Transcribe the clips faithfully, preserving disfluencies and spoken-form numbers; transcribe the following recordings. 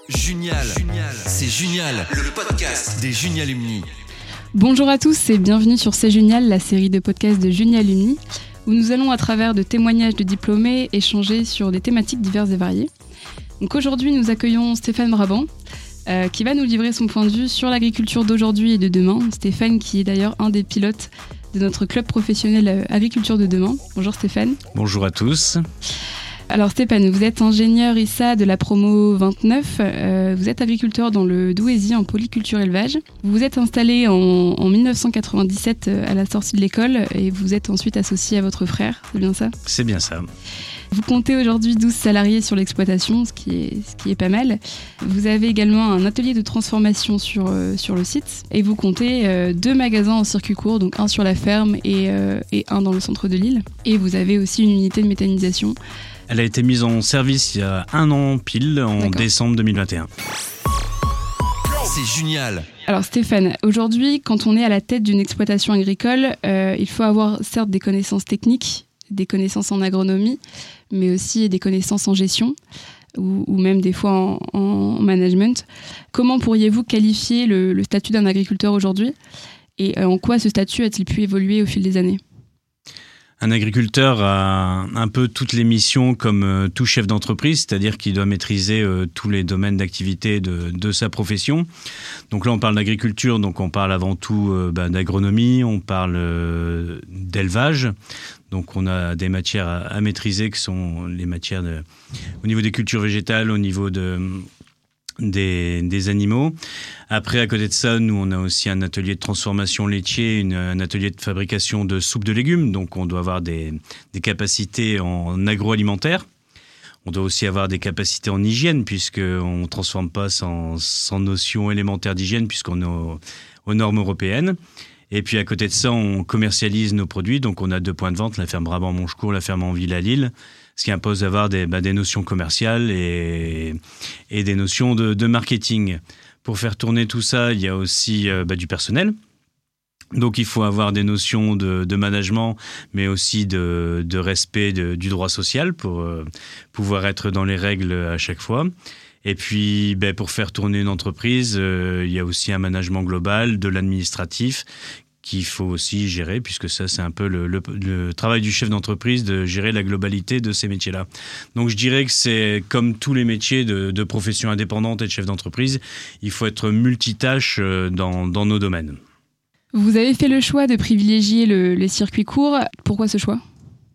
Junial, c'est Junial, le podcast des Junialumni. Bonjour à tous et bienvenue sur C'est Junial, la série de podcasts de Junialumni, où nous allons à travers de témoignages de diplômés échanger sur des thématiques diverses et variées. Donc aujourd'hui, nous accueillons Stéphane Brabant, euh, qui va nous livrer son point de vue sur l'agriculture d'aujourd'hui et de demain. Stéphane qui est d'ailleurs un des pilotes de notre club professionnel euh, Agriculture de demain. Bonjour Stéphane. Bonjour à tous. Alors Stéphane, vous êtes ingénieur I S A de la promo vingt-neuf, euh, vous êtes agriculteur dans le Douaisis en polyculture élevage. Vous vous êtes installé en, en dix-neuf cent quatre-vingt-dix-sept à la sortie de l'école et vous êtes ensuite associé à votre frère, c'est bien ça ? C'est bien ça. Vous comptez aujourd'hui douze salariés sur l'exploitation, ce qui est, ce qui est pas mal. Vous avez également un atelier de transformation sur, euh, sur le site et vous comptez euh, deux magasins en circuit court, donc un sur la ferme et, euh, et un dans le centre de l'île. Et vous avez aussi une unité de méthanisation. Elle a été mise en service il y a un an pile, en D'accord. décembre deux mille vingt et un. C'est génial. Alors Stéphane, aujourd'hui, quand on est à la tête d'une exploitation agricole, euh, il faut avoir certes des connaissances techniques, des connaissances en agronomie, mais aussi des connaissances en gestion, ou, ou même des fois en, en management. Comment pourriez-vous qualifier le, le statut d'un agriculteur aujourd'hui ? Et en quoi ce statut a-t-il pu évoluer au fil des années ? Un agriculteur a un peu toutes les missions comme euh, tout chef d'entreprise, c'est-à-dire qu'il doit maîtriser euh, tous les domaines d'activité de, de sa profession. Donc là, on parle d'agriculture, donc on parle avant tout euh, bah, d'agronomie, on parle euh, d'élevage. Donc on a des matières à, à maîtriser qui sont les matières de, au niveau des cultures végétales, au niveau de... Des, des animaux. Après, à côté de ça, nous, on a aussi un atelier de transformation laitier, une, un atelier de fabrication de soupe de légumes. Donc, on doit avoir des, des capacités en agroalimentaire. On doit aussi avoir des capacités en hygiène, puisqu'on ne transforme pas sans, sans notion élémentaire d'hygiène, puisqu'on est aux, aux normes européennes. Et puis, à côté de ça, on commercialise nos produits. Donc, on a deux points de vente, la ferme Brabant-Monchecourt, la ferme Enville à Lille, ce qui impose d'avoir des, bah, des notions commerciales et, et des notions de, de marketing. Pour faire tourner tout ça, il y a aussi euh, bah, du personnel. Donc, il faut avoir des notions de, de management, mais aussi de, de respect de, du droit social pour euh, pouvoir être dans les règles à chaque fois. Et puis, bah, pour faire tourner une entreprise, euh, il y a aussi un management global, de l'administratif, qu'il faut aussi gérer, puisque ça, c'est un peu le, le, le travail du chef d'entreprise, de gérer la globalité de ces métiers-là. Donc, je dirais que c'est comme tous les métiers de, de profession indépendante et de chef d'entreprise, il faut être multitâche dans, dans nos domaines. Vous avez fait le choix de privilégier le, les circuits courts. Pourquoi ce choix ?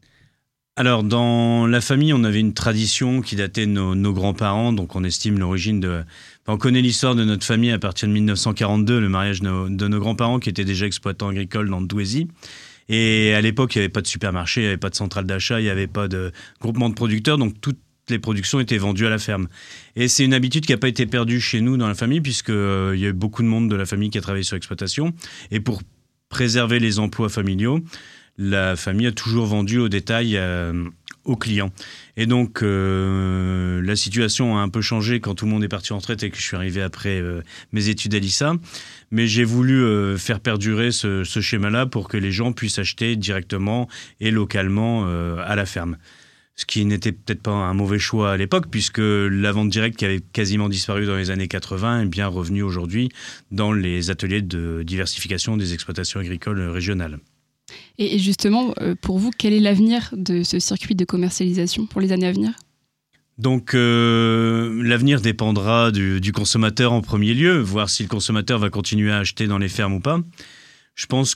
Alors, dans la famille, on avait une tradition qui datait de nos, nos grands-parents, donc on estime l'origine de... Enfin, on connaît l'histoire de notre famille à partir de dix-neuf cent quarante-deux, le mariage de nos, de nos grands-parents qui étaient déjà exploitants agricoles dans le Douaisis. Et à l'époque, il n'y avait pas de supermarché, il n'y avait pas de centrale d'achat, il n'y avait pas de groupement de producteurs, donc toutes les productions étaient vendues à la ferme. Et c'est une habitude qui n'a pas été perdue chez nous dans la famille, puisqu'il euh, y a eu beaucoup de monde de la famille qui a travaillé sur l'exploitation. Et pour préserver les emplois familiaux, la famille a toujours vendu au détail euh, aux clients. Et donc, euh, la situation a un peu changé quand tout le monde est parti en retraite et que je suis arrivé après euh, mes études à l'I S A. Mais j'ai voulu euh, faire perdurer ce, ce schéma-là pour que les gens puissent acheter directement et localement euh, à la ferme. Ce qui n'était peut-être pas un mauvais choix à l'époque, puisque la vente directe qui avait quasiment disparu dans les années quatre-vingts est bien revenue aujourd'hui dans les ateliers de diversification des exploitations agricoles régionales. Et justement, pour vous, quel est l'avenir de ce circuit de commercialisation pour les années à venir ? Donc, euh, l'avenir dépendra du, du consommateur en premier lieu, voir si le consommateur va continuer à acheter dans les fermes ou pas. Je pense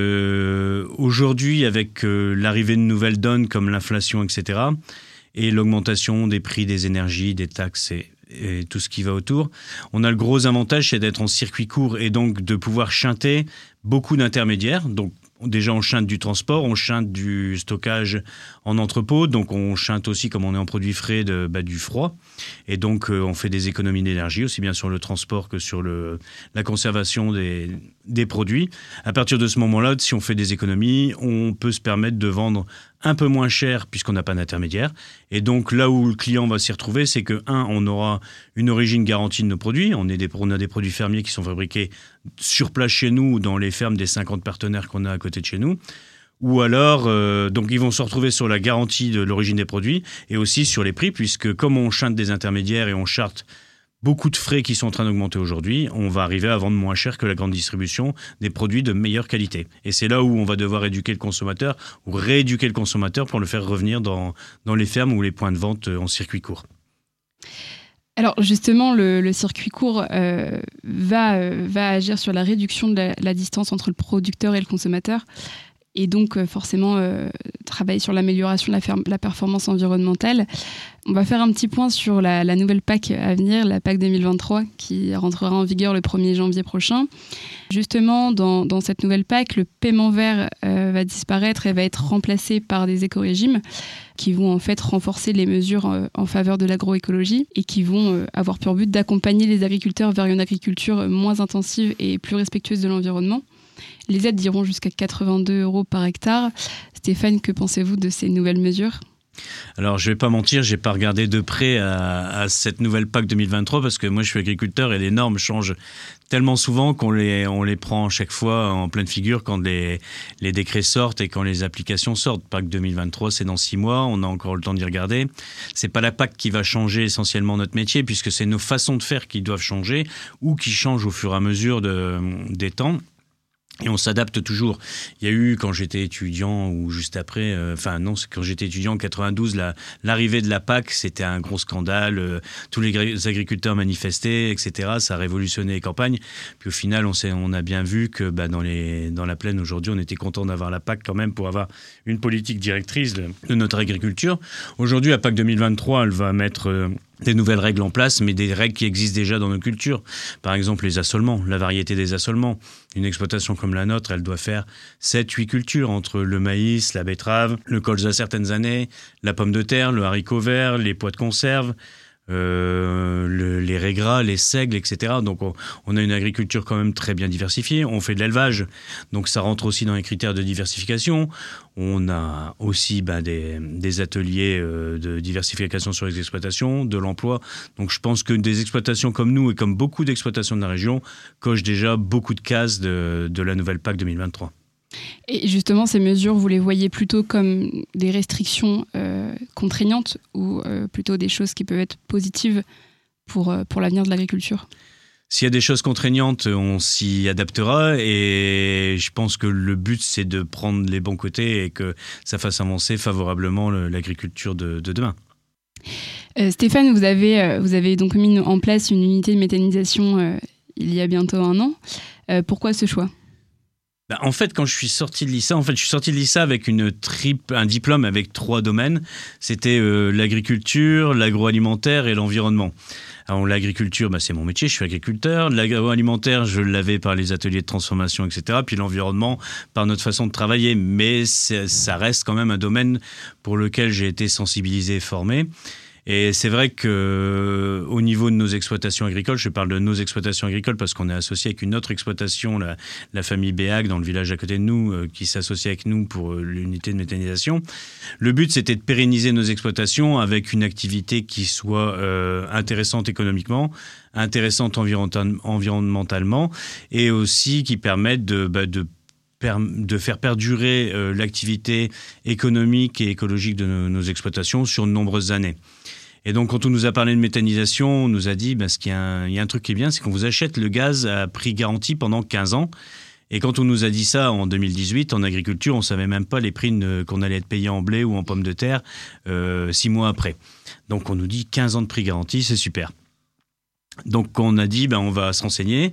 qu'aujourd'hui, avec euh, l'arrivée de nouvelles donnes comme l'inflation, et cetera, et l'augmentation des prix des énergies, des taxes et, et tout ce qui va autour, on a le gros avantage, c'est d'être en circuit court et donc de pouvoir chanter beaucoup d'intermédiaires. Donc, déjà, on chinte du transport, on chinte du stockage en entrepôt, donc on chinte aussi, comme on est en produits frais, de, bah, du froid. Et donc, euh, on fait des économies d'énergie, aussi bien sur le transport que sur le, la conservation des, des produits. À partir de ce moment-là, si on fait des économies, on peut se permettre de vendre un peu moins cher puisqu'on n'a pas d'intermédiaire. Et donc, là où le client va s'y retrouver, c'est que, un, on aura une origine garantie de nos produits. On, est des, on a des produits fermiers qui sont fabriqués sur place chez nous, dans les fermes des cinquante partenaires qu'on a à côté de chez nous. Ou alors, euh, donc ils vont se retrouver sur la garantie de l'origine des produits et aussi sur les prix, puisque comme on chante des intermédiaires et on charte beaucoup de frais qui sont en train d'augmenter aujourd'hui, on va arriver à vendre moins cher que la grande distribution des produits de meilleure qualité. Et c'est là où on va devoir éduquer le consommateur ou rééduquer le consommateur pour le faire revenir dans, dans les fermes ou les points de vente en circuit court. Alors justement, le, le circuit court euh, va, euh, va agir sur la réduction de la, la distance entre le producteur et le consommateur et donc euh, forcément euh, travailler sur l'amélioration de la, fer- la performance environnementale. On va faire un petit point sur la, la nouvelle P A C à venir, la P A C deux mille vingt-trois, qui rentrera en vigueur le premier janvier prochain. Justement, dans, dans cette nouvelle P A C, le paiement vert euh, va disparaître et va être remplacé par des éco-régimes qui vont en fait renforcer les mesures euh, en faveur de l'agroécologie et qui vont euh, avoir pour but d'accompagner les agriculteurs vers une agriculture moins intensive et plus respectueuse de l'environnement. Les aides iront jusqu'à quatre-vingt-deux euros par hectare. Stéphane, que pensez-vous de ces nouvelles mesures ? Alors, je ne vais pas mentir, je n'ai pas regardé de près à, à cette nouvelle P A C deux mille vingt-trois parce que moi, je suis agriculteur et les normes changent tellement souvent qu'on les, on les prend chaque fois en pleine figure quand les, les décrets sortent et quand les applications sortent. P A C deux mille vingt-trois, c'est dans six mois, on a encore le temps d'y regarder. Ce n'est pas la P A C qui va changer essentiellement notre métier puisque c'est nos façons de faire qui doivent changer ou qui changent au fur et à mesure de, des temps. Et on s'adapte toujours. Il y a eu, quand j'étais étudiant, ou juste après, euh, enfin non, c'est quand j'étais étudiant en quatre-vingt-douze, la, l'arrivée de la P A C, c'était un gros scandale. Euh, tous les agriculteurs manifestaient, et cetera. Ça a révolutionné les campagnes. Puis au final, on, s'est, on a bien vu que bah, dans, les, dans la plaine, aujourd'hui, on était content d'avoir la P A C quand même pour avoir une politique directrice de, de notre agriculture. Aujourd'hui, la P A C deux mille vingt-trois, elle va mettre... Euh, des nouvelles règles en place, mais des règles qui existent déjà dans nos cultures. Par exemple, les assolements, la variété des assolements. Une exploitation comme la nôtre, elle doit faire sept huit cultures entre le maïs, la betterave, le colza certaines années, la pomme de terre, le haricot vert, les pois de conserve, euh, le, les raies gras, les seigles, et cetera. Donc on, on a une agriculture quand même très bien diversifiée. On fait de l'élevage, donc ça rentre aussi dans les critères de diversification. On a aussi ben, des, des ateliers euh, de diversification sur les exploitations, de l'emploi. Donc je pense que des exploitations comme nous et comme beaucoup d'exploitations de la région cochent déjà beaucoup de cases de, de la nouvelle P A C deux mille vingt-trois. Et justement, ces mesures, vous les voyez plutôt comme des restrictions euh, contraignantes ou euh, plutôt des choses qui peuvent être positives pour, euh, pour l'avenir de l'agriculture ? S'il y a des choses contraignantes, on s'y adaptera et je pense que le but, c'est de prendre les bons côtés et que ça fasse avancer favorablement le, l'agriculture de, de demain. Euh, Stéphane, vous avez, euh, vous avez donc mis en place une unité de méthanisation euh, il y a bientôt un an. Euh, pourquoi ce choix ? Ben, en fait, quand je suis sorti de l'I S A, en fait, je suis sorti de l'I S A avec une trip, un diplôme avec trois domaines. C'était euh, l'agriculture, l'agroalimentaire et l'environnement. Alors, l'agriculture, ben, c'est mon métier, je suis agriculteur. L'agroalimentaire, je l'avais par les ateliers de transformation, et cetera. Puis l'environnement, par notre façon de travailler. Mais ça reste quand même un domaine pour lequel j'ai été sensibilisé et formé. Et c'est vrai qu'au niveau de nos exploitations agricoles, je parle de nos exploitations agricoles parce qu'on est associé avec une autre exploitation, la, la famille Béag, dans le village à côté de nous, euh, qui s'associe avec nous pour euh, l'unité de méthanisation. Le but, c'était de pérenniser nos exploitations avec une activité qui soit euh, intéressante économiquement, intéressante environnement, environnementalement, et aussi qui permette de... Bah, de de faire perdurer euh, l'activité économique et écologique de nos, nos exploitations sur de nombreuses années. Et donc, quand on nous a parlé de méthanisation, on nous a dit, ben, ce qu'il y a un, il y a un truc qui est bien, c'est qu'on vous achète le gaz à prix garanti pendant quinze ans. Et quand on nous a dit ça en deux mille dix-huit, en agriculture, on ne savait même pas les prix de, qu'on allait être payé en blé ou en pommes de terre euh, six mois après. Donc, on nous dit quinze ans de prix garanti, c'est super. Donc on a dit ben on va se renseigner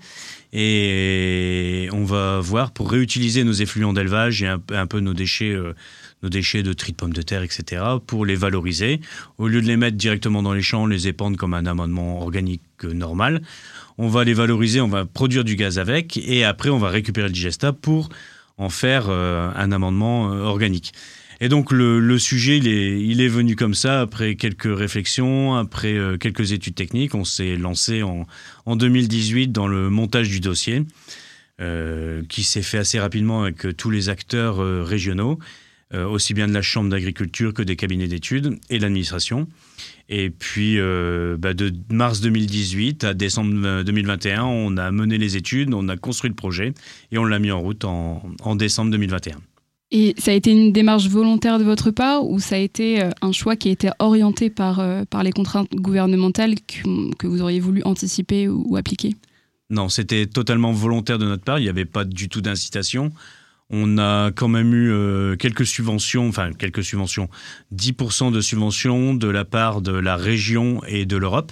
et on va voir pour réutiliser nos effluents d'élevage et un, un peu nos déchets, euh, nos déchets de tri de pommes de terre, et cetera pour les valoriser. Au lieu de les mettre directement dans les champs, les épandre comme un amendement organique normal, on va les valoriser, on va produire du gaz avec et après on va récupérer le digesta pour en faire euh, un amendement euh, organique. Et donc le, le sujet, il est, il est venu comme ça, après quelques réflexions, après euh, quelques études techniques. On s'est lancé en, en deux mille dix-huit dans le montage du dossier, euh, qui s'est fait assez rapidement avec euh, tous les acteurs euh, régionaux, euh, aussi bien de la Chambre d'agriculture que des cabinets d'études et l'administration. Et puis, euh, bah de mars deux mille dix-huit à décembre deux mille vingt et un, on a mené les études, on a construit le projet et on l'a mis en route en, en décembre deux mille vingt et un. Et ça a été une démarche volontaire de votre part ou ça a été un choix qui a été orienté par, par les contraintes gouvernementales que, que vous auriez voulu anticiper ou, ou appliquer ? Non, c'était totalement volontaire de notre part. Il n'y avait pas du tout d'incitation. On a quand même eu euh, quelques subventions, enfin quelques subventions, dix pour cent de subventions de la part de la région et de l'Europe,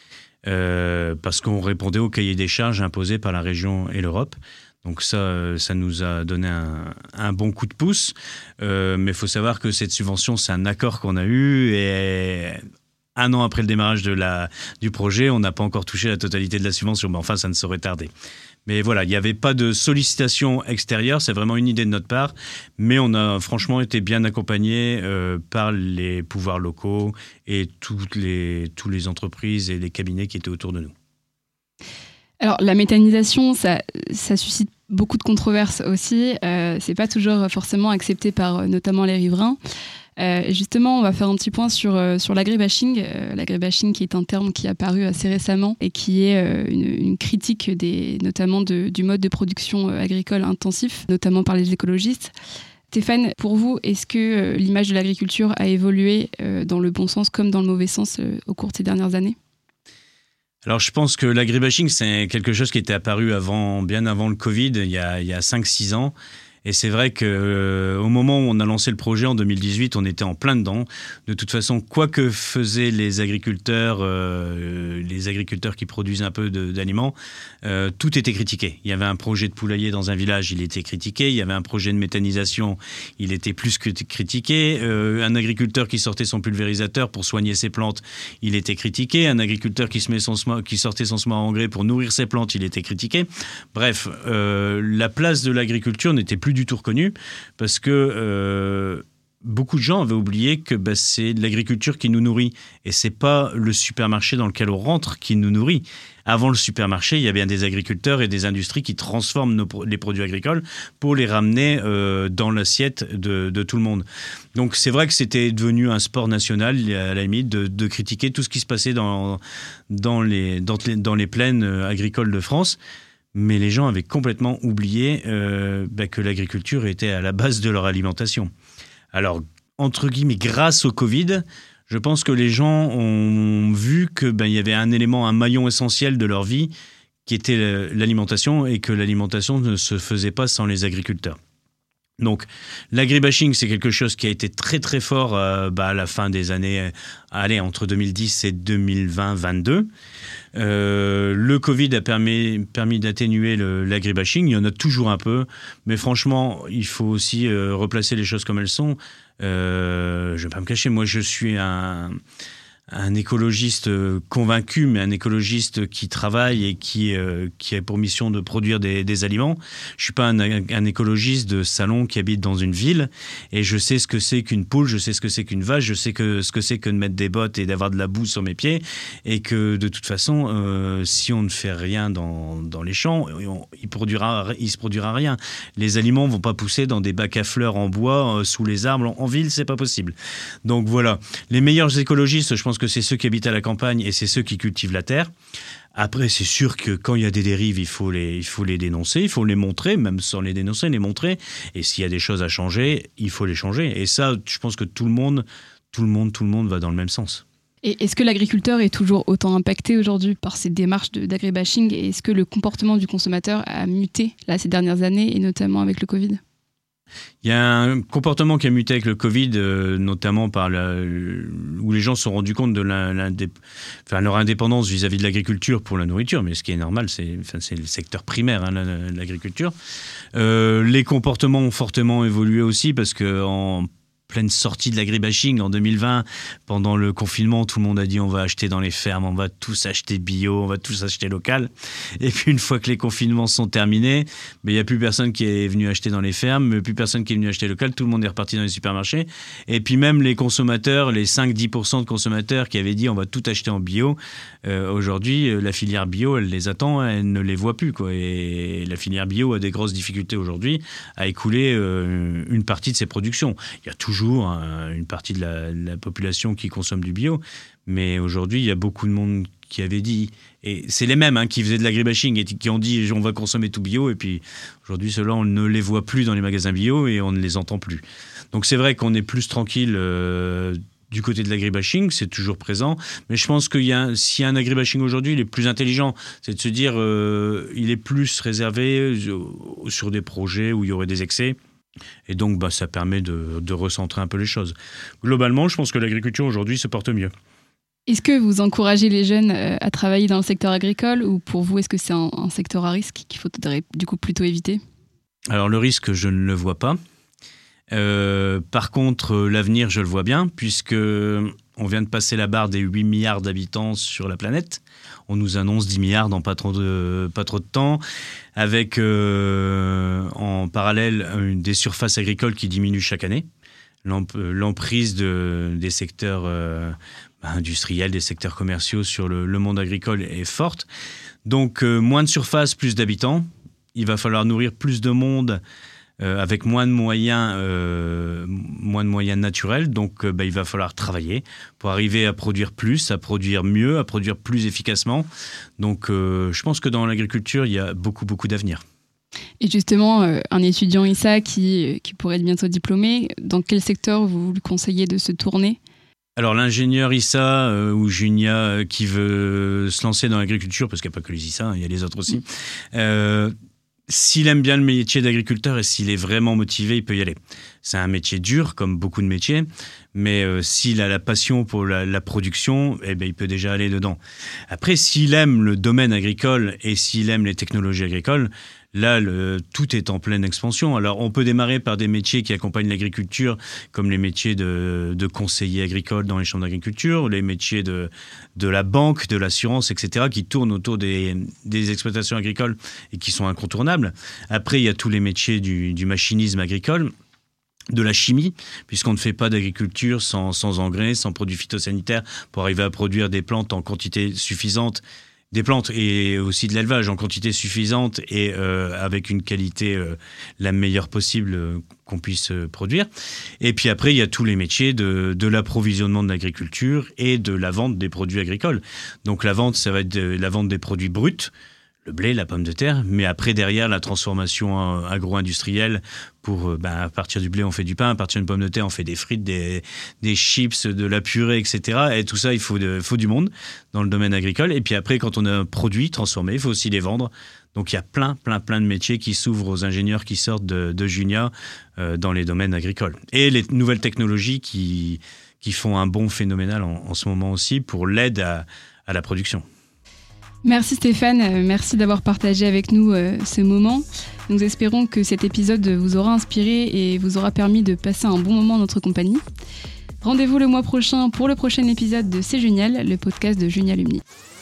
euh, parce qu'on répondait au cahier des charges imposé par la région et l'Europe. Donc ça, ça nous a donné un, un bon coup de pouce. Euh, mais il faut savoir que cette subvention, c'est un accord qu'on a eu et un an après le démarrage de la, du projet, on n'a pas encore touché la totalité de la subvention. Mais enfin, ça ne saurait tarder. Mais voilà, il n'y avait pas de sollicitation extérieure, c'est vraiment une idée de notre part, mais on a franchement été bien accompagnés euh, par les pouvoirs locaux et toutes les, toutes les entreprises et les cabinets qui étaient autour de nous. Alors la méthanisation, ça, ça suscite beaucoup de controverses aussi, euh, c'est pas toujours forcément accepté par euh, notamment les riverains. Euh, justement, on va faire un petit point sur, euh, sur l'agribashing. Euh, l'agribashing qui est un terme qui est apparu assez récemment et qui est euh, une, une critique des, notamment de, du mode de production euh, agricole intensif, notamment par les écologistes. Stéphane, pour vous, est-ce que euh, l'image de l'agriculture a évolué euh, dans le bon sens comme dans le mauvais sens euh, au cours de ces dernières années ? Alors, je pense que l'agribashing, c'est quelque chose qui était apparu avant, bien avant le Covid, il y a, il y a cinq six ans. Et c'est vrai qu'au euh, moment où on a lancé le projet en deux mille dix-huit, on était en plein dedans. De toute façon, quoi que faisaient les agriculteurs, euh, les agriculteurs qui produisent un peu de, d'aliments, euh, tout était critiqué. Il y avait un projet de poulailler dans un village, il était critiqué. Il y avait un projet de méthanisation, il était plus que critiqué. Euh, un agriculteur qui sortait son pulvérisateur pour soigner ses plantes, il était critiqué. Un agriculteur qui, se met son sema, qui sortait son semoir à engrais pour nourrir ses plantes, il était critiqué. Bref, euh, la place de l'agriculture n'était plus du tout reconnu parce que euh, beaucoup de gens avaient oublié que bah, c'est l'agriculture qui nous nourrit et c'est pas le supermarché dans lequel on rentre qui nous nourrit. Avant le supermarché, il y a bien des agriculteurs et des industries qui transforment nos, les produits agricoles pour les ramener euh, dans l'assiette de, de tout le monde. Donc c'est vrai que c'était devenu un sport national, à la limite, de, de critiquer tout ce qui se passait dans, dans, les, dans, les, dans les plaines agricoles de France. Mais les gens avaient complètement oublié euh, bah, que l'agriculture était à la base de leur alimentation. Alors, entre guillemets, grâce au Covid, je pense que les gens ont vu qu'il bah, y avait un élément, un maillon essentiel de leur vie qui était l'alimentation et que l'alimentation ne se faisait pas sans les agriculteurs. Donc, l'agribashing, c'est quelque chose qui a été très très fort euh, bah, à la fin des années, euh, allez, entre deux mille dix et deux mille vingt vingt-deux. Euh, le Covid a permis, permis d'atténuer le, l'agribashing. Il y en a toujours un peu, mais franchement, il faut aussi euh, replacer les choses comme elles sont. Euh, je ne vais pas me cacher, moi je suis un... un écologiste convaincu, mais un écologiste qui travaille et qui, euh, qui a pour mission de produire des, des aliments. Je ne suis pas un, un écologiste de salon qui habite dans une ville et je sais ce que c'est qu'une poule, je sais ce que c'est qu'une vache, je sais que, ce que c'est que de mettre des bottes et d'avoir de la boue sur mes pieds et que de toute façon, euh, si on ne fait rien dans, dans les champs, on, il produira, il se produira rien. Les aliments ne vont pas pousser dans des bacs à fleurs en bois, euh, sous les arbres. En, en ville, ce n'est pas possible. Donc voilà, les meilleurs écologistes, je pense que c'est ceux qui habitent à la campagne et c'est ceux qui cultivent la terre. Après, c'est sûr que quand il y a des dérives, il faut les, il faut les dénoncer, il faut les montrer, même sans les dénoncer, les montrer. Et s'il y a des choses à changer, il faut les changer. Et ça, je pense que tout le monde, tout le monde, tout le monde va dans le même sens. Et est-ce que l'agriculteur est toujours autant impacté aujourd'hui par ces démarches de, d'agribashing et est-ce que le comportement du consommateur a muté là, ces dernières années et notamment avec le Covid ? Il y a un comportement qui a muté avec le Covid, euh, notamment par la, où les gens se sont rendus compte de la, la, enfin, leur indépendance vis-à-vis de l'agriculture pour la nourriture, mais ce qui est normal, c'est, enfin, c'est le secteur primaire, hein, la, l'agriculture. Euh, les comportements ont fortement évolué aussi parce qu'en pleine sortie de l'agribashing en deux mille vingt, pendant le confinement, tout le monde a dit on va acheter dans les fermes, on va tous acheter bio, on va tous acheter local. Et puis une fois que les confinements sont terminés, il n'y a plus personne qui est venu acheter dans les fermes, plus personne qui est venu acheter local, tout le monde est reparti dans les supermarchés. Et puis même les consommateurs, les cinq à dix pour cent de consommateurs qui avaient dit on va tout acheter en bio, euh, aujourd'hui la filière bio, elle les attend, elle ne les voit plus, quoi. Et la filière bio a des grosses difficultés aujourd'hui à écouler euh, une partie de ses productions. Il y a toujours toujours hein, une partie de la, de la population qui consomme du bio. Mais aujourd'hui, il y a beaucoup de monde qui avait dit, et c'est les mêmes hein, qui faisaient de l'agribashing et qui ont dit on va consommer tout bio. Et puis aujourd'hui, ceux-là, on ne les voit plus dans les magasins bio et on ne les entend plus. Donc c'est vrai qu'on est plus tranquille euh, du côté de l'agribashing, c'est toujours présent. Mais je pense qu'il y a, s'il y a un agribashing aujourd'hui, il est plus intelligent. C'est de se dire euh, il est plus réservé sur des projets où il y aurait des excès. Et donc, bah, ça permet de, de recentrer un peu les choses. Globalement, je pense que l'agriculture aujourd'hui se porte mieux. Est-ce que vous encouragez les jeunes à travailler dans le secteur agricole ou pour vous, est-ce que c'est un, un secteur à risque qu'il faudrait du coup plutôt éviter ? Alors, le risque, je ne le vois pas. Euh, par contre, l'avenir, je le vois bien, puisque on vient de passer la barre des huit milliards d'habitants sur la planète. On nous annonce dix milliards dans pas trop de, pas trop de temps, avec euh, en parallèle une, des surfaces agricoles qui diminuent chaque année. L'emprise de, des secteurs euh, industriels, des secteurs commerciaux sur le, le monde agricole est forte. Donc, euh, moins de surface, plus d'habitants. Il va falloir nourrir plus de monde Euh, avec moins de moyens, euh, moins de moyens naturels. Donc, euh, bah, il va falloir travailler pour arriver à produire plus, à produire mieux, à produire plus efficacement. Donc, euh, je pense que dans l'agriculture, il y a beaucoup, beaucoup d'avenir. Et justement, euh, un étudiant I S A qui, qui pourrait être bientôt diplômé, dans quel secteur vous lui conseillez de se tourner ? Alors, l'ingénieur I S A euh, ou Junia euh, qui veut se lancer dans l'agriculture, parce qu'il n'y a pas que les I S A, hein, il y a les autres aussi, euh, s'il aime bien le métier d'agriculteur et s'il est vraiment motivé, il peut y aller. C'est un métier dur, comme beaucoup de métiers, mais euh, s'il a la passion pour la, la production, eh ben, il peut déjà aller dedans. Après, s'il aime le domaine agricole et s'il aime les technologies agricoles, là, le, tout est en pleine expansion. Alors, on peut démarrer par des métiers qui accompagnent l'agriculture, comme les métiers de, de conseiller agricole dans les champs d'agriculture, les métiers de, de la banque, de l'assurance, et cetera, qui tournent autour des, des exploitations agricoles et qui sont incontournables. Après, il y a tous les métiers du, du machinisme agricole, de la chimie, puisqu'on ne fait pas d'agriculture sans, sans engrais, sans produits phytosanitaires, pour arriver à produire des plantes en quantité suffisante, des plantes et aussi de l'élevage en quantité suffisante et euh, avec une qualité euh, la meilleure possible euh, qu'on puisse euh, produire. Et puis après, il y a tous les métiers de, de l'approvisionnement de l'agriculture et de la vente des produits agricoles. Donc la vente, ça va être de, la vente des produits bruts, le blé, la pomme de terre, mais après, derrière, la transformation agro-industrielle pour, euh, ben, à partir du blé, on fait du pain, à partir d'une pomme de terre, on fait des frites, des, des chips, de la purée, et cetera. Et tout ça, il faut, de, faut du monde dans le domaine agricole. Et puis après, quand on a un produit transformé, il faut aussi les vendre. Donc, il y a plein, plein, plein de métiers qui s'ouvrent aux ingénieurs qui sortent de, de Junia euh, dans les domaines agricoles. Et les nouvelles technologies qui, qui font un bond phénoménal en, en ce moment aussi pour l'aide à, à la production. Merci Stéphane, merci d'avoir partagé avec nous euh, ce moment. Nous espérons que cet épisode vous aura inspiré et vous aura permis de passer un bon moment en notre compagnie. Rendez-vous le mois prochain pour le prochain épisode de C'est Junial, le podcast de Junialumni.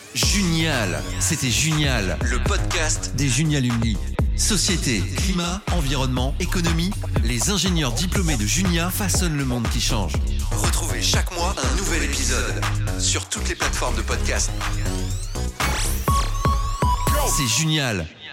Junial, c'était Junial, le podcast des Junialumni. Société, climat, environnement, économie, les ingénieurs diplômés de Junia façonnent le monde qui change. Retrouvez chaque mois un nouvel épisode sur toutes les plateformes de podcast. C'est Junial.